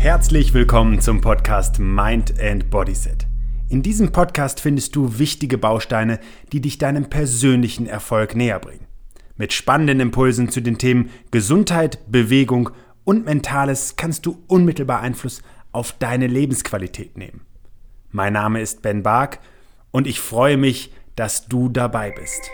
Herzlich willkommen zum Podcast Mind and Bodyset. In diesem Podcast findest du wichtige Bausteine, die dich deinem persönlichen Erfolg näher bringen. Mit spannenden Impulsen zu den Themen Gesundheit, Bewegung und Mentales kannst du unmittelbar Einfluss auf deine Lebensqualität nehmen. Mein Name ist Ben Bark und ich freue mich, dass du dabei bist.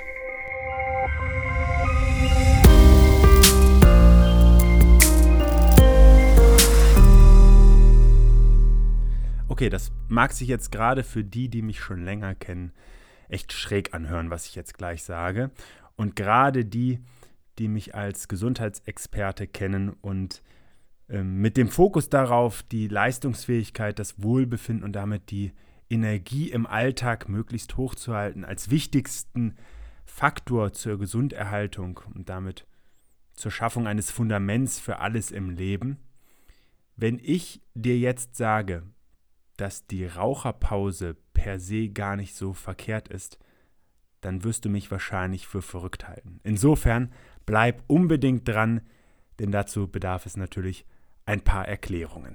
Okay, das mag sich jetzt gerade für die mich schon länger kennen, echt schräg anhören, was ich jetzt gleich sage. Und gerade die mich als Gesundheitsexperte kennen und mit dem Fokus darauf, die Leistungsfähigkeit, das Wohlbefinden und damit die Energie im Alltag möglichst hochzuhalten, als wichtigsten Faktor zur Gesunderhaltung und damit zur Schaffung eines Fundaments für alles im Leben. Wenn ich dir jetzt sage, dass die Raucherpause per se gar nicht so verkehrt ist, dann wirst du mich wahrscheinlich für verrückt halten. Insofern bleib unbedingt dran, denn dazu bedarf es natürlich ein paar Erklärungen.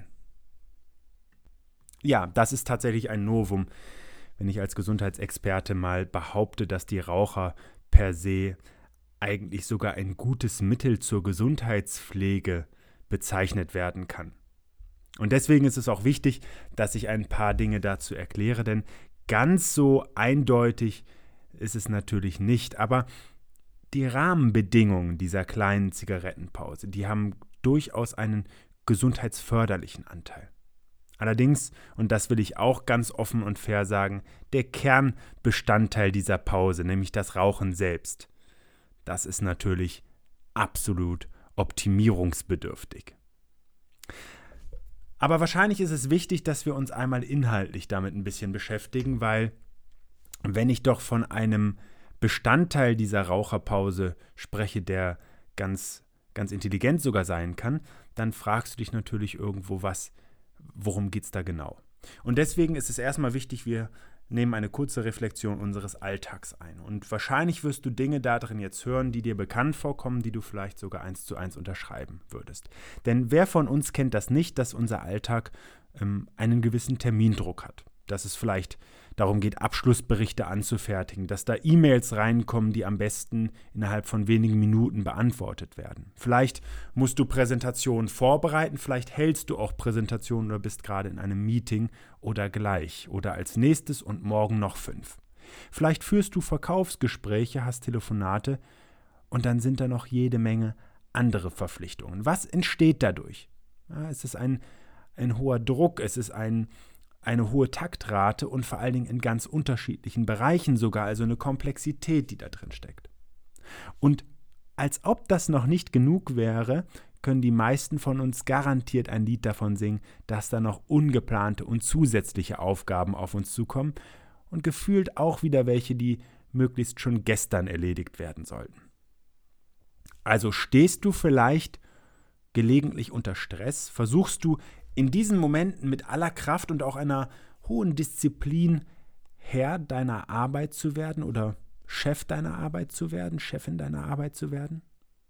Ja, das ist tatsächlich ein Novum, wenn ich als Gesundheitsexperte mal behaupte, dass die Raucher per se eigentlich sogar ein gutes Mittel zur Gesundheitspflege bezeichnet werden kann. Und deswegen ist es auch wichtig, dass ich ein paar Dinge dazu erkläre, denn ganz so eindeutig ist es natürlich nicht. Aber die Rahmenbedingungen dieser kleinen Zigarettenpause, die haben durchaus einen gesundheitsförderlichen Anteil. Allerdings, und das will ich auch ganz offen und fair sagen, der Kernbestandteil dieser Pause, nämlich das Rauchen selbst, das ist natürlich absolut optimierungsbedürftig. Aber wahrscheinlich ist es wichtig, dass wir uns einmal inhaltlich damit ein bisschen beschäftigen, weil wenn ich doch von einem Bestandteil dieser Raucherpause spreche, der ganz, ganz intelligent sogar sein kann, dann fragst du dich natürlich irgendwo, worum geht es da genau? Und deswegen ist es erstmal wichtig, wir nehmen eine kurze Reflexion unseres Alltags ein. Und wahrscheinlich wirst du Dinge da drin jetzt hören, die dir bekannt vorkommen, die du vielleicht sogar 1:1 unterschreiben würdest. Denn wer von uns kennt das nicht, dass unser Alltag einen gewissen Termindruck hat? Dass es vielleicht darum geht, Abschlussberichte anzufertigen, dass da E-Mails reinkommen, die am besten innerhalb von wenigen Minuten beantwortet werden. Vielleicht musst du Präsentationen vorbereiten, vielleicht hältst du auch Präsentationen oder bist gerade in einem Meeting oder gleich oder als nächstes und morgen noch 5. Vielleicht führst du Verkaufsgespräche, hast Telefonate und dann sind da noch jede Menge andere Verpflichtungen. Was entsteht dadurch? Ja, es ist ein hoher Druck, es ist eine hohe Taktrate und vor allen Dingen in ganz unterschiedlichen Bereichen sogar, also eine Komplexität, die da drin steckt. Und als ob das noch nicht genug wäre, können die meisten von uns garantiert ein Lied davon singen, dass da noch ungeplante und zusätzliche Aufgaben auf uns zukommen und gefühlt auch wieder welche, die möglichst schon gestern erledigt werden sollten. Also stehst du vielleicht gelegentlich unter Stress, versuchst du in diesen Momenten mit aller Kraft und auch einer hohen Disziplin Herr deiner Arbeit zu werden oder Chef deiner Arbeit zu werden, Chefin deiner Arbeit zu werden?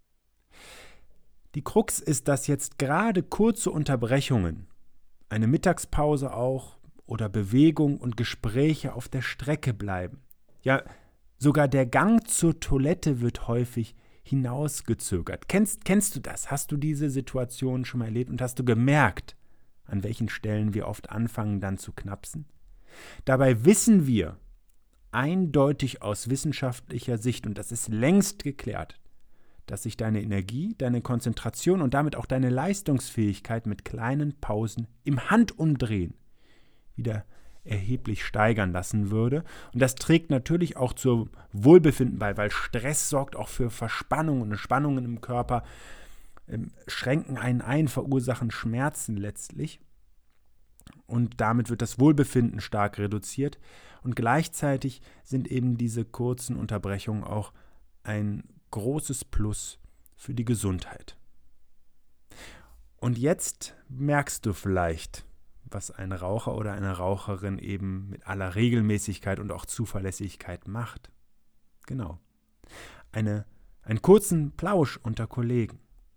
Die Krux ist, dass jetzt gerade kurze Unterbrechungen, eine Mittagspause auch oder Bewegung und Gespräche auf der Strecke bleiben. Ja, sogar der Gang zur Toilette wird häufig hinausgezögert. Kennst du das? Hast du diese Situation schon mal erlebt und hast du gemerkt, an welchen Stellen wir oft anfangen dann zu knapsen? Dabei wissen wir eindeutig aus wissenschaftlicher Sicht, und das ist längst geklärt, dass sich deine Energie, deine Konzentration und damit auch deine Leistungsfähigkeit mit kleinen Pausen im Handumdrehen wieder erheblich steigern lassen würde. Und das trägt natürlich auch zu Wohlbefinden bei, weil Stress sorgt auch für Verspannungen und Spannungen im Körper, schränken einen ein, verursachen Schmerzen letztlich. Und damit wird das Wohlbefinden stark reduziert. Und gleichzeitig sind eben diese kurzen Unterbrechungen auch ein großes Plus für die Gesundheit. Und jetzt merkst du vielleicht, was ein Raucher oder eine Raucherin eben mit aller Regelmäßigkeit und auch Zuverlässigkeit macht. Genau. Einen kurzen Plausch unter Kollegen.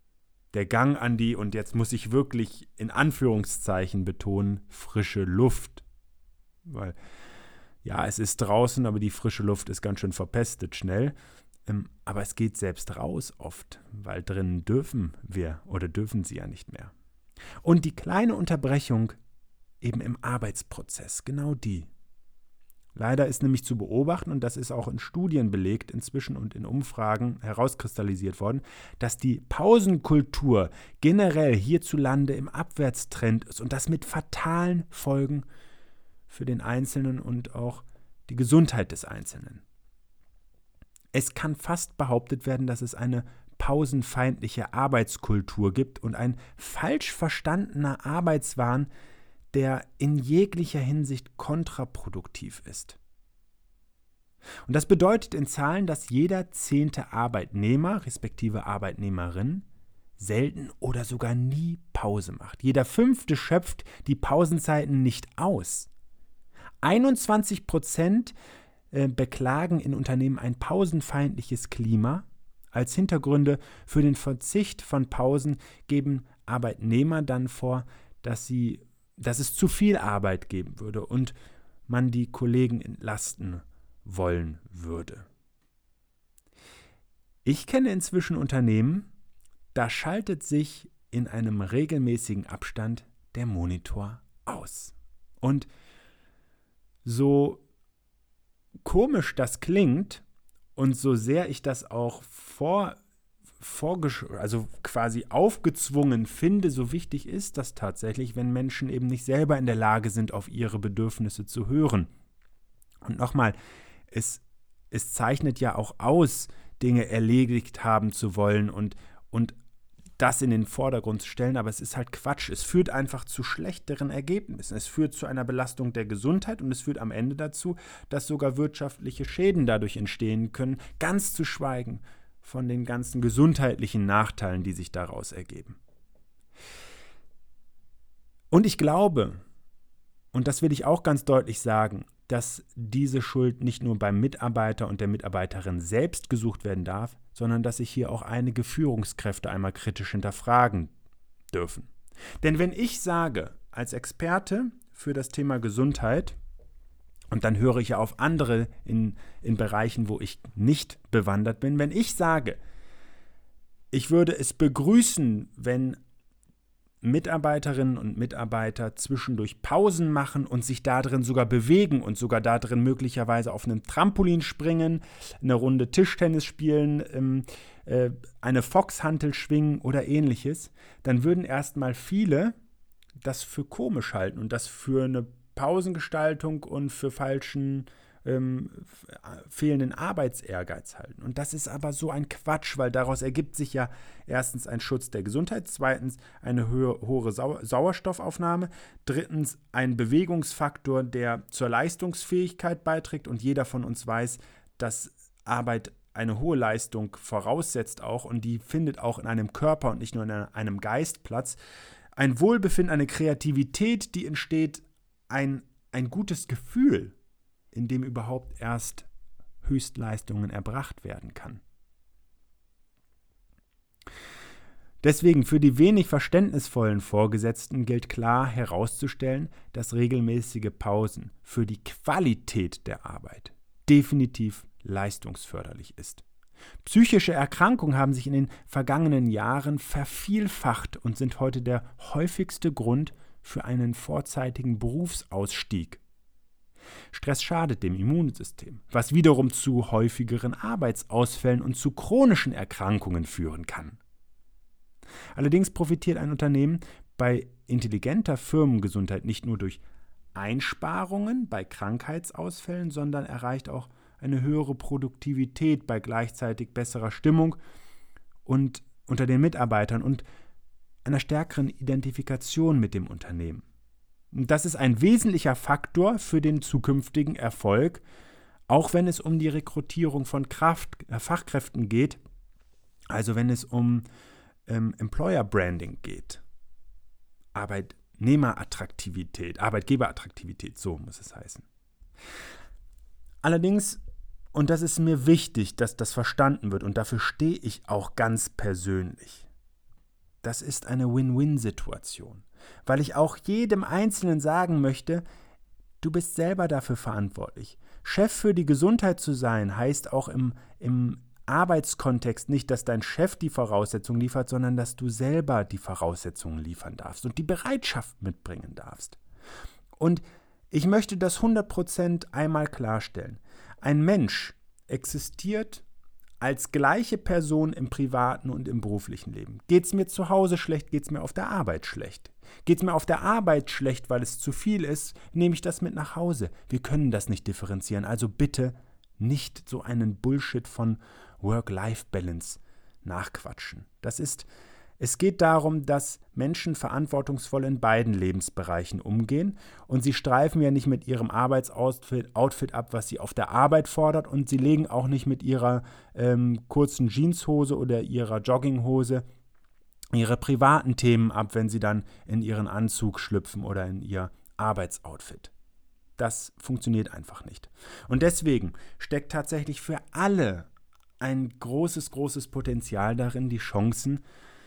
der Gang an die, und jetzt muss ich wirklich in Anführungszeichen betonen, frische Luft. Weil, ja, es ist draußen, aber die frische Luft ist ganz schön verpestet schnell. Aber es geht selbst raus oft, weil drinnen dürfen wir oder dürfen sie ja nicht mehr. Und die kleine Unterbrechung eben im Arbeitsprozess, genau die. Leider ist nämlich zu beobachten, und das ist auch in Studien belegt inzwischen und in Umfragen herauskristallisiert worden, dass die Pausenkultur generell hierzulande im Abwärtstrend ist und das mit fatalen Folgen für den Einzelnen und auch die Gesundheit des Einzelnen. Es kann fast behauptet werden, dass es eine pausenfeindliche Arbeitskultur gibt und ein falsch verstandener Arbeitswahn, der in jeglicher Hinsicht kontraproduktiv ist. Und das bedeutet in Zahlen, dass jeder 10. Arbeitnehmer, respektive Arbeitnehmerin, selten oder sogar nie Pause macht. Jeder 5. schöpft die Pausenzeiten nicht aus. 21% beklagen in Unternehmen ein pausenfeindliches Klima. Als Hintergründe für den Verzicht von Pausen geben Arbeitnehmer dann vor, dass es zu viel Arbeit geben würde und man die Kollegen entlasten wollen würde. Ich kenne inzwischen Unternehmen, da schaltet sich in einem regelmäßigen Abstand der Monitor aus. Und so komisch das klingt und so sehr ich das auch quasi aufgezwungen finde, so wichtig ist das tatsächlich, wenn Menschen eben nicht selber in der Lage sind, auf ihre Bedürfnisse zu hören. Und nochmal, es zeichnet ja auch aus, Dinge erledigt haben zu wollen und das in den Vordergrund zu stellen, aber es ist halt Quatsch. Es führt einfach zu schlechteren Ergebnissen. Es führt zu einer Belastung der Gesundheit und es führt am Ende dazu, dass sogar wirtschaftliche Schäden dadurch entstehen können, ganz zu schweigen von den ganzen gesundheitlichen Nachteilen, die sich daraus ergeben. Und ich glaube, und das will ich auch ganz deutlich sagen, dass diese Schuld nicht nur beim Mitarbeiter und der Mitarbeiterin selbst gesucht werden darf, sondern dass sich hier auch einige Führungskräfte einmal kritisch hinterfragen dürfen. Denn wenn ich sage, als Experte für das Thema Gesundheit, und dann höre ich ja auf andere in Bereichen, wo ich nicht bewandert bin, wenn ich sage, ich würde es begrüßen, wenn Mitarbeiterinnen und Mitarbeiter zwischendurch Pausen machen und sich darin sogar bewegen und sogar darin möglicherweise auf einem Trampolin springen, eine Runde Tischtennis spielen, eine Foxhantel schwingen oder ähnliches, dann würden erstmal viele das für komisch halten und das für eine Pausengestaltung und für fehlenden Arbeitsehrgeiz halten. Und das ist aber so ein Quatsch, weil daraus ergibt sich ja erstens ein Schutz der Gesundheit, zweitens eine hohe Sauerstoffaufnahme, drittens ein Bewegungsfaktor, der zur Leistungsfähigkeit beiträgt und jeder von uns weiß, dass Arbeit eine hohe Leistung voraussetzt auch und die findet auch in einem Körper und nicht nur in einem Geist Platz. Ein Wohlbefinden, eine Kreativität, die entsteht, ein gutes Gefühl, in dem überhaupt erst Höchstleistungen erbracht werden kann. Deswegen für die wenig verständnisvollen Vorgesetzten gilt klar herauszustellen, dass regelmäßige Pausen für die Qualität der Arbeit definitiv leistungsförderlich ist. Psychische Erkrankungen haben sich in den vergangenen Jahren vervielfacht und sind heute der häufigste Grund für einen vorzeitigen Berufsausstieg. Stress schadet dem Immunsystem, was wiederum zu häufigeren Arbeitsausfällen und zu chronischen Erkrankungen führen kann. Allerdings profitiert ein Unternehmen bei intelligenter Firmengesundheit nicht nur durch Einsparungen bei Krankheitsausfällen, sondern erreicht auch eine höhere Produktivität bei gleichzeitig besserer Stimmung und unter den Mitarbeitern und einer stärkeren Identifikation mit dem Unternehmen. Das ist ein wesentlicher Faktor für den zukünftigen Erfolg, auch wenn es um die Rekrutierung von Fachkräften geht, also wenn es um Employer Branding geht, Arbeitgeberattraktivität, so muss es heißen. Allerdings, und das ist mir wichtig, dass das verstanden wird und dafür stehe ich auch ganz persönlich, das ist eine Win-Win-Situation, weil ich auch jedem Einzelnen sagen möchte, du bist selber dafür verantwortlich. Chef für die Gesundheit zu sein, heißt auch im Arbeitskontext nicht, dass dein Chef die Voraussetzungen liefert, sondern dass du selber die Voraussetzungen liefern darfst und die Bereitschaft mitbringen darfst. Und ich möchte das 100% einmal klarstellen. Ein Mensch existiert als gleiche Person im privaten und im beruflichen Leben. Geht es mir zu Hause schlecht, geht es mir auf der Arbeit schlecht. Geht es mir auf der Arbeit schlecht, weil es zu viel ist, nehme ich das mit nach Hause. Wir können das nicht differenzieren, also bitte nicht so einen Bullshit von Work-Life-Balance nachquatschen. Es geht darum, dass Menschen verantwortungsvoll in beiden Lebensbereichen umgehen und sie streifen ja nicht mit ihrem Arbeitsoutfit ab, was sie auf der Arbeit fordert, und sie legen auch nicht mit ihrer kurzen Jeanshose oder ihrer Jogginghose ihre privaten Themen ab, wenn sie dann in ihren Anzug schlüpfen oder in ihr Arbeitsoutfit. Das funktioniert einfach nicht. Und deswegen steckt tatsächlich für alle ein großes, großes Potenzial darin, die Chancen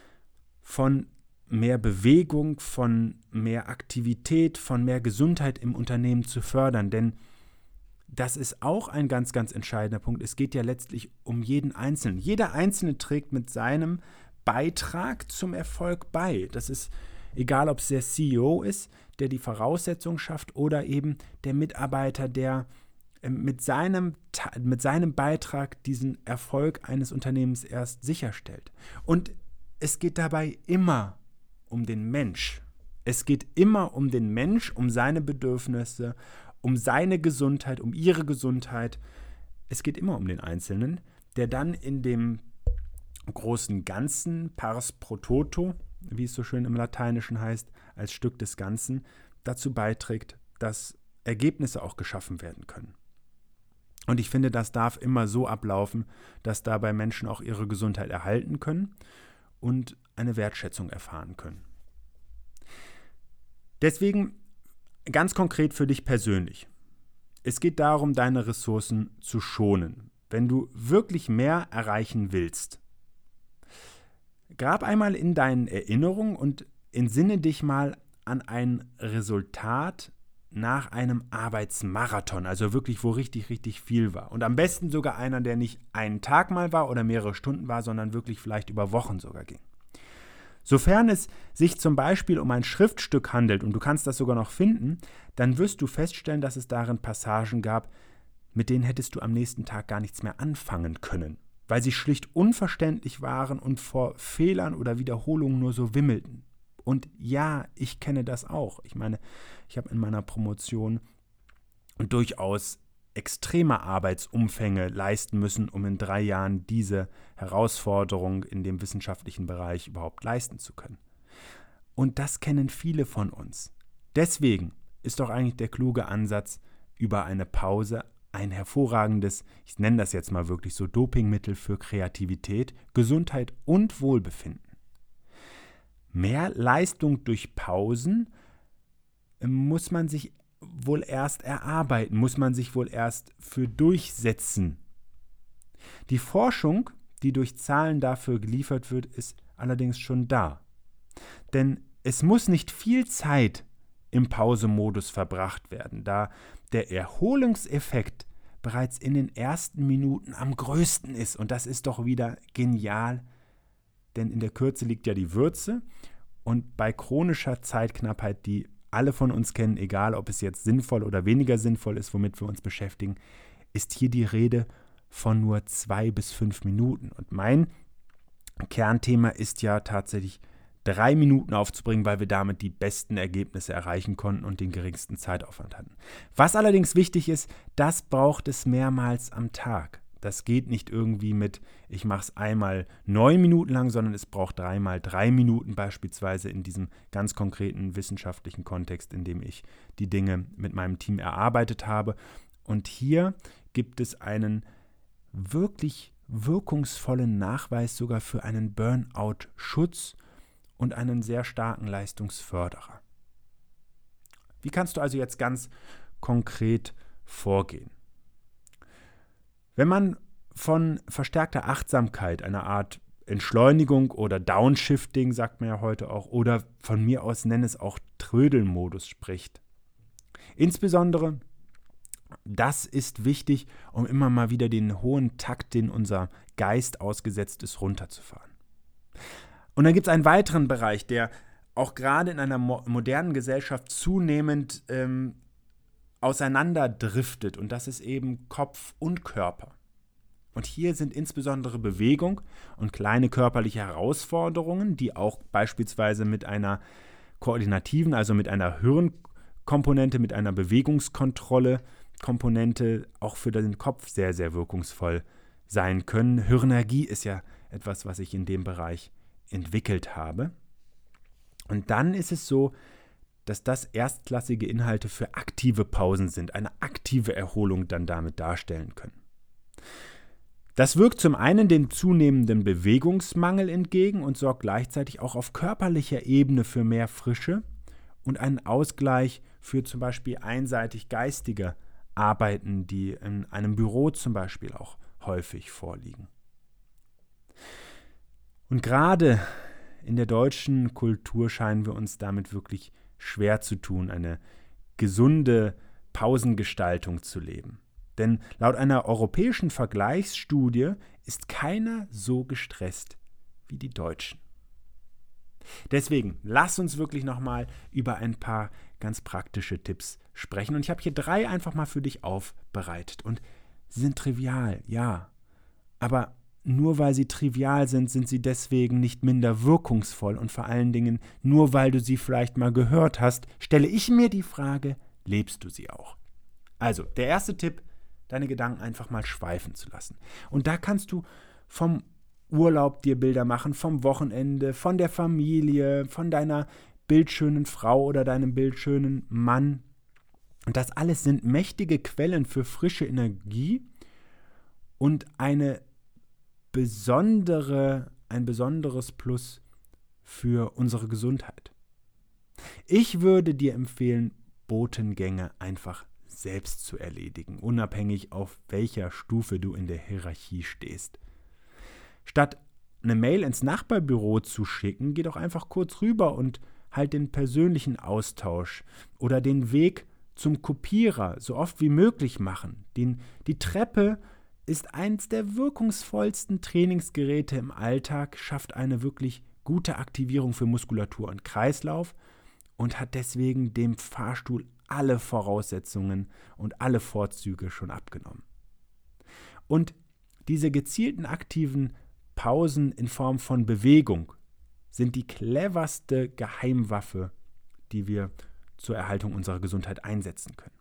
von mehr Bewegung, von mehr Aktivität, von mehr Gesundheit im Unternehmen zu fördern. Denn das ist auch ein ganz, ganz entscheidender Punkt. Es geht ja letztlich um jeden Einzelnen. Jeder Einzelne trägt mit seinem Beitrag zum Erfolg bei. Das ist egal, ob es der CEO ist, der die Voraussetzungen schafft, oder eben der Mitarbeiter, der mit seinem Beitrag diesen Erfolg eines Unternehmens erst sicherstellt. Und es geht dabei immer um den Mensch. Es geht immer um den Mensch, um seine Bedürfnisse, um seine Gesundheit, um ihre Gesundheit. Es geht immer um den Einzelnen, der dann in dem großen Ganzen, pars pro toto, wie es so schön im Lateinischen heißt, als Stück des Ganzen, dazu beiträgt, dass Ergebnisse auch geschaffen werden können. Und ich finde, das darf immer so ablaufen, dass dabei Menschen auch ihre Gesundheit erhalten können und eine Wertschätzung erfahren können. Deswegen ganz konkret für dich persönlich. Es geht darum, deine Ressourcen zu schonen. Wenn du wirklich mehr erreichen willst, grab einmal in deinen Erinnerungen und entsinne dich mal an ein Resultat nach einem Arbeitsmarathon, also wirklich, wo richtig, richtig viel war. Und am besten sogar einer, der nicht einen Tag mal war oder mehrere Stunden war, sondern wirklich vielleicht über Wochen sogar ging. Sofern es sich zum Beispiel um ein Schriftstück handelt und du kannst das sogar noch finden, dann wirst du feststellen, dass es darin Passagen gab, mit denen hättest du am nächsten Tag gar nichts mehr anfangen können, weil sie schlicht unverständlich waren und vor Fehlern oder Wiederholungen nur so wimmelten. Und ja, ich kenne das auch. Ich meine, ich habe in meiner Promotion durchaus extreme Arbeitsumfänge leisten müssen, um in 3 Jahren diese Herausforderung in dem wissenschaftlichen Bereich überhaupt leisten zu können. Und das kennen viele von uns. Deswegen ist doch eigentlich der kluge Ansatz über eine Pause ein hervorragendes, ich nenne das jetzt mal wirklich so, Dopingmittel für Kreativität, Gesundheit und Wohlbefinden. Mehr Leistung durch Pausen muss man sich wohl erst erarbeiten, muss man sich wohl erst für durchsetzen. Die Forschung, die durch Zahlen dafür geliefert wird, ist allerdings schon da. Denn es muss nicht viel Zeit im Pausemodus verbracht werden, da der Erholungseffekt bereits in den ersten Minuten am größten ist. Und das ist doch wieder genial, denn in der Kürze liegt ja die Würze. Und bei chronischer Zeitknappheit, die alle von uns kennen, egal ob es jetzt sinnvoll oder weniger sinnvoll ist, womit wir uns beschäftigen, ist hier die Rede von nur 2 bis 5 Minuten. Und mein Kernthema ist ja tatsächlich 3 Minuten aufzubringen, weil wir damit die besten Ergebnisse erreichen konnten und den geringsten Zeitaufwand hatten. Was allerdings wichtig ist, das braucht es mehrmals am Tag. Das geht nicht irgendwie mit, ich mache es einmal 9 Minuten lang, sondern es braucht 3 mal 3 Minuten beispielsweise in diesem ganz konkreten wissenschaftlichen Kontext, in dem ich die Dinge mit meinem Team erarbeitet habe. Und hier gibt es einen wirklich wirkungsvollen Nachweis sogar für einen Burnout-Schutz und einen sehr starken Leistungsförderer. Wie kannst du also jetzt ganz konkret vorgehen? Wenn man von verstärkter Achtsamkeit, einer Art Entschleunigung oder Downshifting, sagt man ja heute auch, oder von mir aus nenne es auch Trödelmodus spricht. Insbesondere das ist wichtig, um immer mal wieder den hohen Takt, den unser Geist ausgesetzt ist, runterzufahren. Und dann gibt es einen weiteren Bereich, der auch gerade in einer modernen Gesellschaft zunehmend auseinanderdriftet, und das ist eben Kopf und Körper. Und hier sind insbesondere Bewegung und kleine körperliche Herausforderungen, die auch beispielsweise mit einer koordinativen, also mit einer Hirnkomponente, mit einer Bewegungskontrolle-Komponente auch für den Kopf sehr, sehr wirkungsvoll sein können. Hirnergie ist ja etwas, was ich in dem Bereich entwickelt habe. Und dann ist es so, dass das erstklassige Inhalte für aktive Pausen sind, eine aktive Erholung dann damit darstellen können. Das wirkt zum einen dem zunehmenden Bewegungsmangel entgegen und sorgt gleichzeitig auch auf körperlicher Ebene für mehr Frische und einen Ausgleich für zum Beispiel einseitig geistige Arbeiten, die in einem Büro zum Beispiel auch häufig vorliegen. Und gerade in der deutschen Kultur scheinen wir uns damit wirklich schwer zu tun, eine gesunde Pausengestaltung zu leben. Denn laut einer europäischen Vergleichsstudie ist keiner so gestresst wie die Deutschen. Deswegen, lass uns wirklich nochmal über ein paar ganz praktische Tipps sprechen. Und ich habe hier 3 einfach mal für dich aufbereitet. Und sie sind trivial, ja. Aber nur weil sie trivial sind, sind sie deswegen nicht minder wirkungsvoll. Und vor allen Dingen, nur weil du sie vielleicht mal gehört hast, stelle ich mir die Frage, lebst du sie auch? Also, der erste Tipp, deine Gedanken einfach mal schweifen zu lassen. Und da kannst du vom Urlaub dir Bilder machen, vom Wochenende, von der Familie, von deiner bildschönen Frau oder deinem bildschönen Mann. Und das alles sind mächtige Quellen für frische Energie und ein besonderes Plus für unsere Gesundheit. Ich würde dir empfehlen, Botengänge einfach selbst zu erledigen, unabhängig auf welcher Stufe du in der Hierarchie stehst. Statt eine Mail ins Nachbarbüro zu schicken, geh doch einfach kurz rüber und halt den persönlichen Austausch oder den Weg zum Kopierer so oft wie möglich machen. Die Treppe ist eins der wirkungsvollsten Trainingsgeräte im Alltag, schafft eine wirklich gute Aktivierung für Muskulatur und Kreislauf und hat deswegen dem Fahrstuhl alle Voraussetzungen und alle Vorzüge schon abgenommen. Und diese gezielten aktiven Pausen in Form von Bewegung sind die cleverste Geheimwaffe, die wir zur Erhaltung unserer Gesundheit einsetzen können.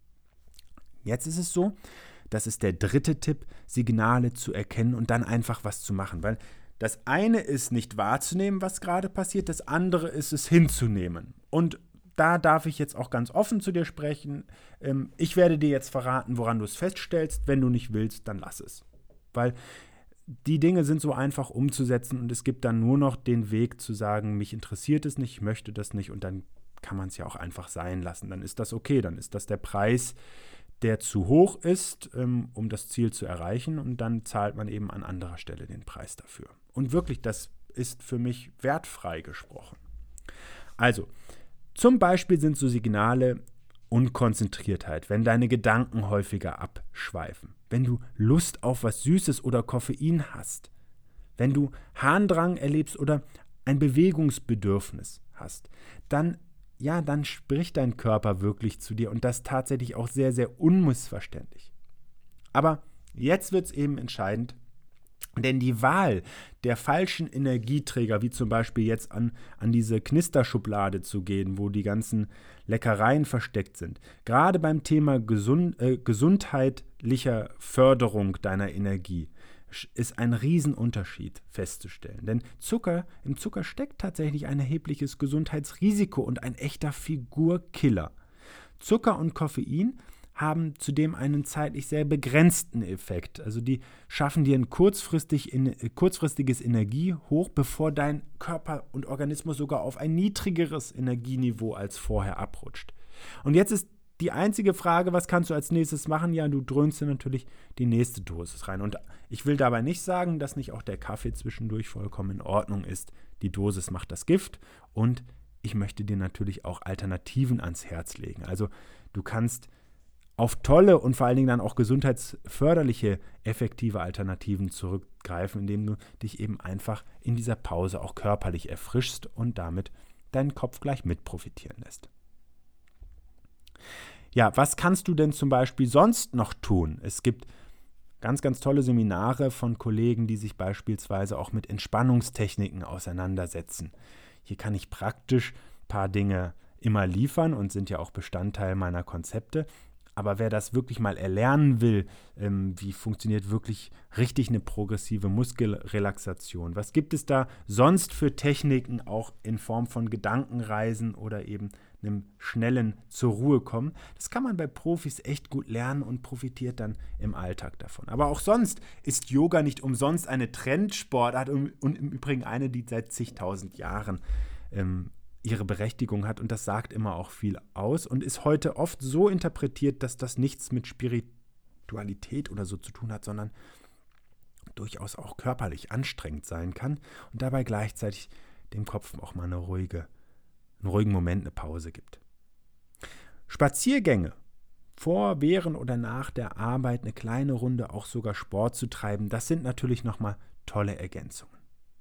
Jetzt ist es so, das ist der 3. Tipp, Signale zu erkennen und dann einfach was zu machen. Weil das eine ist nicht wahrzunehmen, was gerade passiert, das andere ist es hinzunehmen. Und da darf ich jetzt auch ganz offen zu dir sprechen. Ich werde dir jetzt verraten, woran du es feststellst. Wenn du nicht willst, dann lass es. Weil die Dinge sind so einfach umzusetzen und es gibt dann nur noch den Weg zu sagen, mich interessiert es nicht, ich möchte das nicht, und dann kann man es ja auch einfach sein lassen. Dann ist das okay, dann ist das der Preis, der zu hoch ist, um das Ziel zu erreichen, und dann zahlt man eben an anderer Stelle den Preis dafür. Und wirklich, das ist für mich wertfrei gesprochen. Also, zum Beispiel sind so Signale Unkonzentriertheit, wenn deine Gedanken häufiger abschweifen, wenn du Lust auf was Süßes oder Koffein hast, wenn du Harndrang erlebst oder ein Bewegungsbedürfnis hast, dann spricht dein Körper wirklich zu dir, und das tatsächlich auch sehr, sehr unmissverständlich. Aber jetzt wird es eben entscheidend, denn die Wahl der falschen Energieträger, wie zum Beispiel jetzt an diese Knisterschublade zu gehen, wo die ganzen Leckereien versteckt sind, gerade beim Thema gesundheitlicher Förderung deiner Energie, ist ein Riesenunterschied festzustellen. Denn im Zucker steckt tatsächlich ein erhebliches Gesundheitsrisiko und ein echter Figurkiller. Zucker und Koffein haben zudem einen zeitlich sehr begrenzten Effekt. Also die schaffen dir ein kurzfristiges Energiehoch, bevor dein Körper und Organismus sogar auf ein niedrigeres Energieniveau als vorher abrutscht. Und jetzt ist die einzige Frage, was kannst du als nächstes machen? Ja, du dröhnst dir natürlich die nächste Dosis rein. Und ich will dabei nicht sagen, dass nicht auch der Kaffee zwischendurch vollkommen in Ordnung ist. Die Dosis macht das Gift und ich möchte dir natürlich auch Alternativen ans Herz legen. Also du kannst auf tolle und vor allen Dingen dann auch gesundheitsförderliche, effektive Alternativen zurückgreifen, indem du dich eben einfach in dieser Pause auch körperlich erfrischst und damit deinen Kopf gleich mit profitieren lässt. Ja, was kannst du denn zum Beispiel sonst noch tun? Es gibt ganz, ganz tolle Seminare von Kollegen, die sich beispielsweise auch mit Entspannungstechniken auseinandersetzen. Hier kann ich praktisch ein paar Dinge immer liefern und sind ja auch Bestandteil meiner Konzepte. Aber wer das wirklich mal erlernen will, wie funktioniert wirklich richtig eine progressive Muskelrelaxation? Was gibt es da sonst für Techniken, auch in Form von Gedankenreisen oder eben einem schnellen zur Ruhe kommen? Das kann man bei Profis echt gut lernen und profitiert dann im Alltag davon. Aber auch sonst ist Yoga nicht umsonst eine Trendsportart und im Übrigen eine, die seit zigtausend Jahren ihre Berechtigung hat und das sagt immer auch viel aus und ist heute oft so interpretiert, dass das nichts mit Spiritualität oder so zu tun hat, sondern durchaus auch körperlich anstrengend sein kann und dabei gleichzeitig dem Kopf auch mal einen ruhigen Moment, eine Pause gibt. Spaziergänge vor, während oder nach der Arbeit, eine kleine Runde, auch sogar Sport zu treiben, das sind natürlich nochmal tolle Ergänzungen.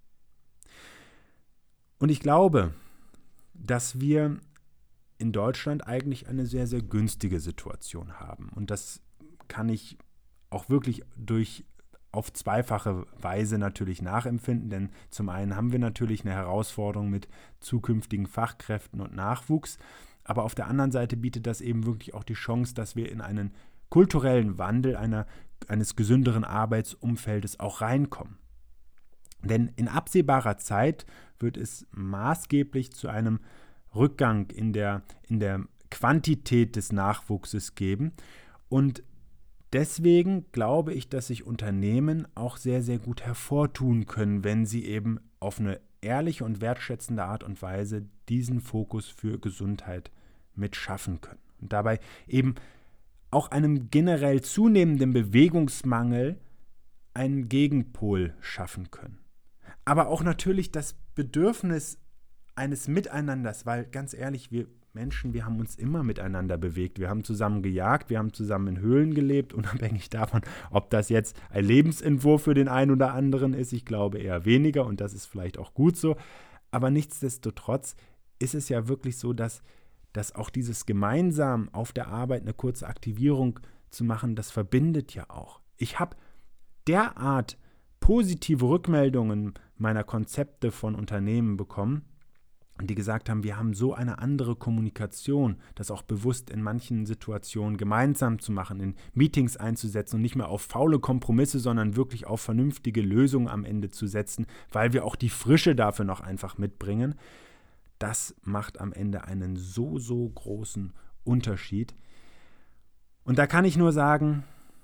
Und ich glaube, dass wir in Deutschland eigentlich eine sehr, sehr günstige Situation haben. Und das kann ich auch wirklich auf zweifache Weise natürlich nachempfinden, denn zum einen haben wir natürlich eine Herausforderung mit zukünftigen Fachkräften und Nachwuchs, aber auf der anderen Seite bietet das eben wirklich auch die Chance, dass wir in einen kulturellen Wandel eines gesünderen Arbeitsumfeldes auch reinkommen. Denn in absehbarer Zeit wird es maßgeblich zu einem Rückgang in der Quantität des Nachwuchses geben. Und deswegen glaube ich, dass sich Unternehmen auch sehr, sehr gut hervortun können, wenn sie eben auf eine ehrliche und wertschätzende Art und Weise diesen Fokus für Gesundheit mit schaffen können. Und dabei eben auch einem generell zunehmenden Bewegungsmangel einen Gegenpol schaffen können. Aber auch natürlich das Bedürfnis eines Miteinanders, weil ganz ehrlich, wir Menschen, wir haben uns immer miteinander bewegt. Wir haben zusammen gejagt, wir haben zusammen in Höhlen gelebt, unabhängig davon, ob das jetzt ein Lebensentwurf für den einen oder anderen ist. Ich glaube eher weniger und das ist vielleicht auch gut so. Aber nichtsdestotrotz ist es ja wirklich so, dass auch dieses gemeinsam auf der Arbeit eine kurze Aktivierung zu machen, das verbindet ja auch. Ich habe derart positive Rückmeldungen meiner Konzepte von Unternehmen bekommen, die gesagt haben, wir haben so eine andere Kommunikation, das auch bewusst in manchen Situationen gemeinsam zu machen, in Meetings einzusetzen und nicht mehr auf faule Kompromisse, sondern wirklich auf vernünftige Lösungen am Ende zu setzen, weil wir auch die Frische dafür noch einfach mitbringen. Das macht am Ende einen so, so großen Unterschied. Und da kann ich nur sagen,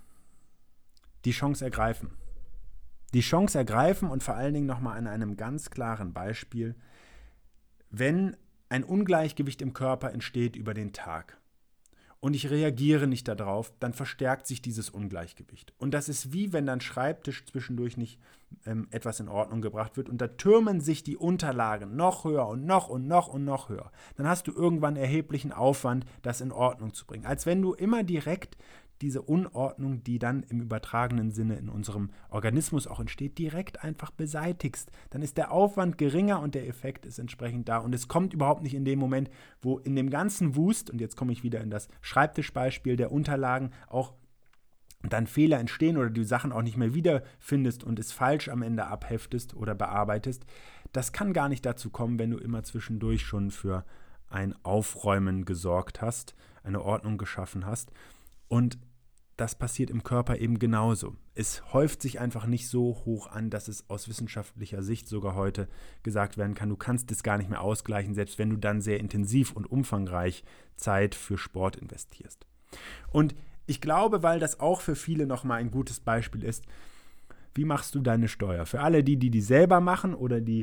die Chance ergreifen. Die Chance ergreifen und vor allen Dingen nochmal an einem ganz klaren Beispiel, wenn ein Ungleichgewicht im Körper entsteht über den Tag und ich reagiere nicht darauf, dann verstärkt sich dieses Ungleichgewicht. Und das ist wie wenn dein Schreibtisch zwischendurch nicht etwas in Ordnung gebracht wird und da türmen sich die Unterlagen noch höher und noch und noch und noch höher. Dann hast du irgendwann erheblichen Aufwand, das in Ordnung zu bringen. Als wenn du immer direkt diese Unordnung, die dann im übertragenen Sinne in unserem Organismus auch entsteht, direkt einfach beseitigst. Dann ist der Aufwand geringer und der Effekt ist entsprechend da. Und es kommt überhaupt nicht in dem Moment, wo in dem ganzen Wust, und jetzt komme ich wieder in das Schreibtischbeispiel der Unterlagen, auch dann Fehler entstehen oder du die Sachen auch nicht mehr wiederfindest und es falsch am Ende abheftest oder bearbeitest. Das kann gar nicht dazu kommen, wenn du immer zwischendurch schon für ein Aufräumen gesorgt hast, eine Ordnung geschaffen hast. Und das passiert im Körper eben genauso. Es häuft sich einfach nicht so hoch an, dass es aus wissenschaftlicher Sicht sogar heute gesagt werden kann, du kannst es gar nicht mehr ausgleichen, selbst wenn du dann sehr intensiv und umfangreich Zeit für Sport investierst. Und ich glaube, weil das auch für viele nochmal ein gutes Beispiel ist, wie machst du deine Steuer? Für alle die selber machen oder die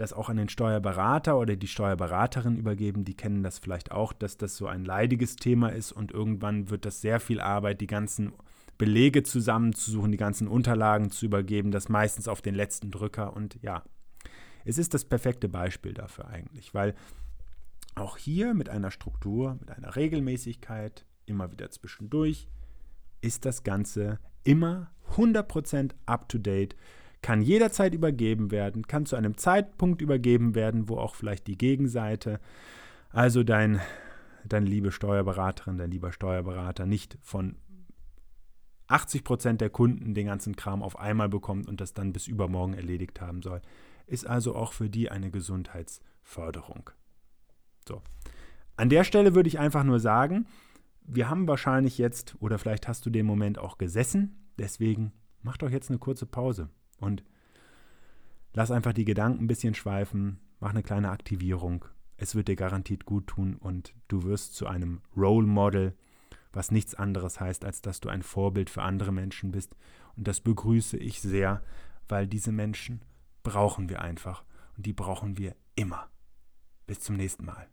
das auch an den Steuerberater oder die Steuerberaterin übergeben. Die kennen das vielleicht auch, dass das so ein leidiges Thema ist und irgendwann wird das sehr viel Arbeit, die ganzen Belege zusammenzusuchen, die ganzen Unterlagen zu übergeben, das meistens auf den letzten Drücker. Und ja, es ist das perfekte Beispiel dafür eigentlich, weil auch hier mit einer Struktur, mit einer Regelmäßigkeit, immer wieder zwischendurch, ist das Ganze immer 100% up-to-date, kann jederzeit übergeben werden, kann zu einem Zeitpunkt übergeben werden, wo auch vielleicht die Gegenseite, also deine liebe Steuerberaterin, dein lieber Steuerberater, nicht von 80% der Kunden den ganzen Kram auf einmal bekommt und das dann bis übermorgen erledigt haben soll. Ist also auch für die eine Gesundheitsförderung. So. An der Stelle würde ich einfach nur sagen, wir haben wahrscheinlich jetzt, oder vielleicht hast du den Moment auch gesessen, deswegen mach doch jetzt eine kurze Pause und lass einfach die Gedanken ein bisschen schweifen, mach eine kleine Aktivierung. Es wird dir garantiert gut tun und du wirst zu einem Role Model, was nichts anderes heißt, als dass du ein Vorbild für andere Menschen bist. Und das begrüße ich sehr, weil diese Menschen brauchen wir einfach und die brauchen wir immer. Bis zum nächsten Mal.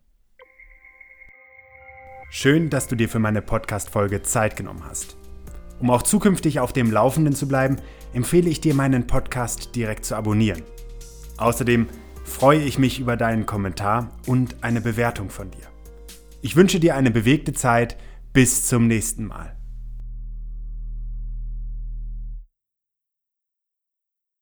Schön, dass du dir für meine Podcast-Folge Zeit genommen hast. Um auch zukünftig auf dem Laufenden zu bleiben, empfehle ich dir, meinen Podcast direkt zu abonnieren. Außerdem freue ich mich über deinen Kommentar und eine Bewertung von dir. Ich wünsche dir eine bewegte Zeit. Bis zum nächsten Mal.